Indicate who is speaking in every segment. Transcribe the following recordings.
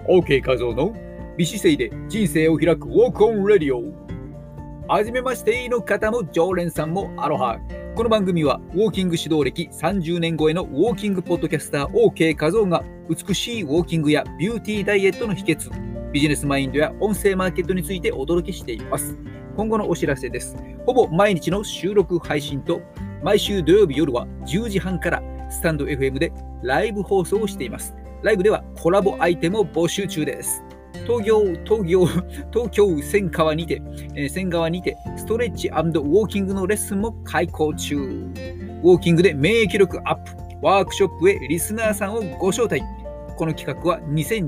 Speaker 1: OK 画像の美姿勢で人生を開くウォークオンレディオ。はじめましての方も常連さんもアロハ。この番組はウォーキング指導歴30年超えのウォーキングポッドキャスター OK 画像が美しいウォーキングやビューティーダイエットの秘訣、ビジネスマインドや音声マーケットについてお届けしています。今後のお知らせです。ほぼ毎日の収録配信と毎週土曜日夜は10時半からスタンド FM でライブ放送をしています。ライブではコラボアイテムを募集中です。東京千川にてストレッチ&ウォーキングのレッスンも開講中。ウォーキングで免疫力アップワークショップへリスナーさんをご招待。この企画は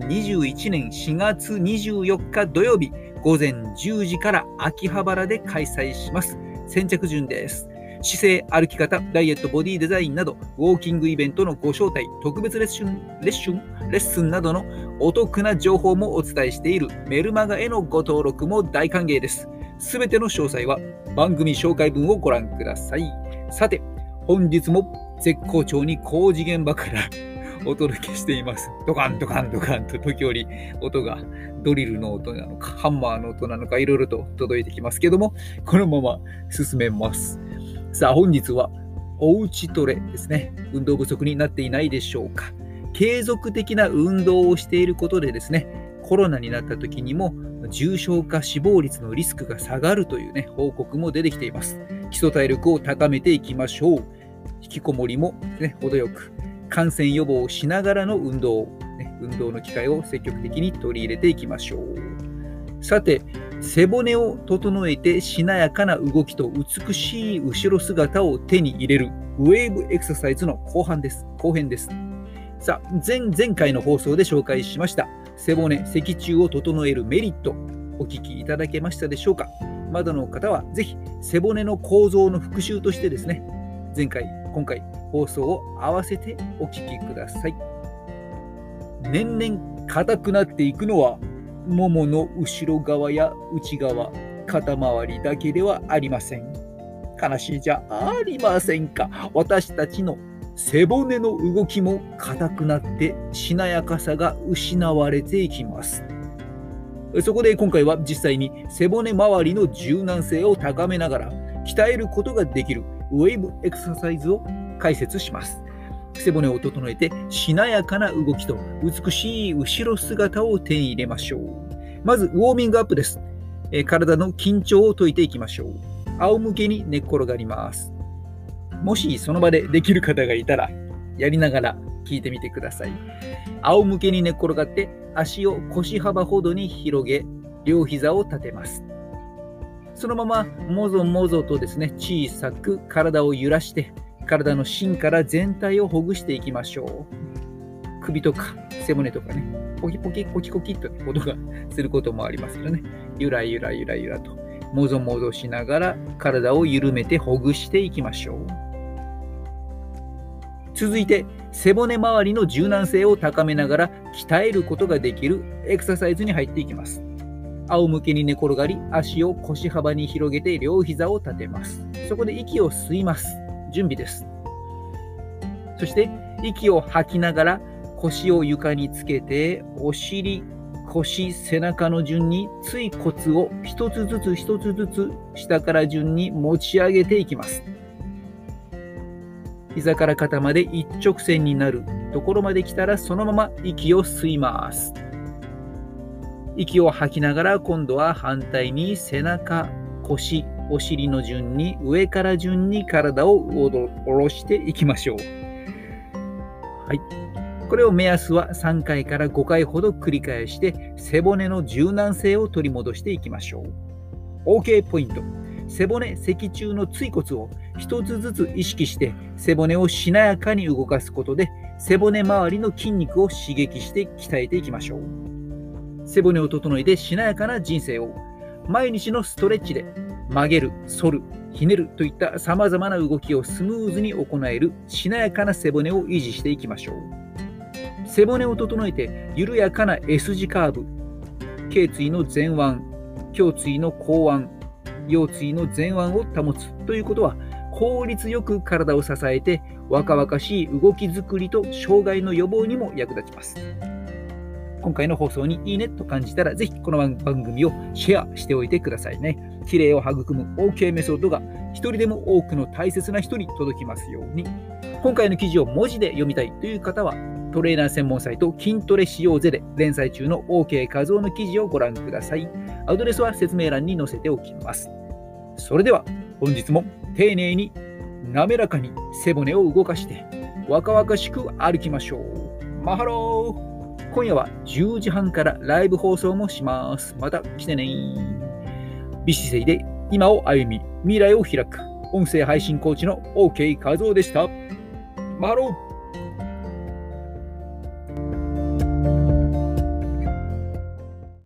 Speaker 1: 2021年4月24日土曜日午前10時から秋葉原で開催します。先着順です。姿勢、歩き方、ダイエット、ボディデザインなどウォーキングイベントのご招待、特別レッスンなどのお得な情報もお伝えしているメルマガへのご登録も大歓迎です。すべての詳細は番組紹介文をご覧ください。さて、本日も絶好調に工事現場からお届けしています。ドカンドカンドカンと時折音がドリルの音なのかハンマーの音なのかいろいろと届いてきますけども、このまま進めます。さあ、本日はおうちトレですね。運動不足になっていないでしょうか。継続的な運動をしていることでですね、コロナになった時にも重症化死亡率のリスクが下がるというね、報告も出てきています。基礎体力を高めていきましょう。引きこもりも、ね、程よく感染予防をしながらの運動の機会を積極的に取り入れていきましょう。さて、背骨を整えてしなやかな動きと美しい後ろ姿を手に入れるウェーブエクササイズの後編です。さあ、前回の放送で紹介しました背骨、脊柱を整えるメリット、お聞きいただけましたでしょうか。まだの方はぜひ背骨の構造の復習としてですね、今回放送を合わせてお聞きください。年々硬くなっていくのはももの後ろ側や内側、肩周りだけではありません。悲しいじゃありませんか。私たちの背骨の動きも硬くなってしなやかさが失われていきます。そこで今回は実際に背骨周りの柔軟性を高めながら鍛えることができるウェーブエクササイズを解説します。背骨を整えてしなやかな動きと美しい後ろ姿を手に入れましょう。まずウォーミングアップです。体の緊張を解いていきましょう。仰向けに寝っ転がります。もしその場でできる方がいたらやりながら聞いてみてください。仰向けに寝っ転がって足を腰幅ほどに広げ、両膝を立てます。そのままもぞもぞとですね、小さく体を揺らして体の芯から全体をほぐしていきましょう。首とか背骨とかね、ポキポキコキコキと音がすることもありますからね。ゆらゆらゆらゆらともぞもぞしながら体を緩めてほぐしていきましょう。続いて背骨周りの柔軟性を高めながら鍛えることができるエクササイズに入っていきます。仰向けに寝転がり、足を腰幅に広げて両膝を立てます。そこで息を吸います。準備です。そして息を吐きながら腰を床につけて、お尻、腰、背中の順に椎骨を一つずつ下から順に持ち上げていきます。膝から肩まで一直線になるところまで来たら、そのまま息を吸います。息を吐きながら今度は反対に背中、腰、お尻の順に上から順に体を下ろしていきましょう。はい。これを目安は3回から5回ほど繰り返して背骨の柔軟性を取り戻していきましょう。OK ポイント。背骨、脊柱の椎骨を一つずつ意識して背骨をしなやかに動かすことで背骨周りの筋肉を刺激して鍛えていきましょう。背骨を整えてしなやかな人生を。毎日のストレッチで曲げる、反る、ひねるといった様々な動きをスムーズに行えるしなやかな背骨を維持していきましょう。背骨を整えて緩やかな S 字カーブ、頸椎の前腕、胸椎の後腕、腰椎の前腕を保つということは、効率よく体を支えて若々しい動き作りと障害の予防にも役立ちます。 今回の放送にいいねと感じたら、ぜひこの番組をシェアしておいてくださいね。綺麗を育む OK メソッドが一人でも多くの大切な人に届きますように。今回の記事を文字で読みたいという方は、トレーナー専門サイト筋トレしようぜで連載中の OK 画像の記事をご覧ください。アドレスは説明欄に載せておきます。それでは本日も丁寧に滑らかに背骨を動かして若々しく歩きましょう。マハロー。今夜は10時半からライブ放送もします。また来てね。美姿勢で今を歩み未来を開く音声配信コーチの OK 画像でした。マハロー。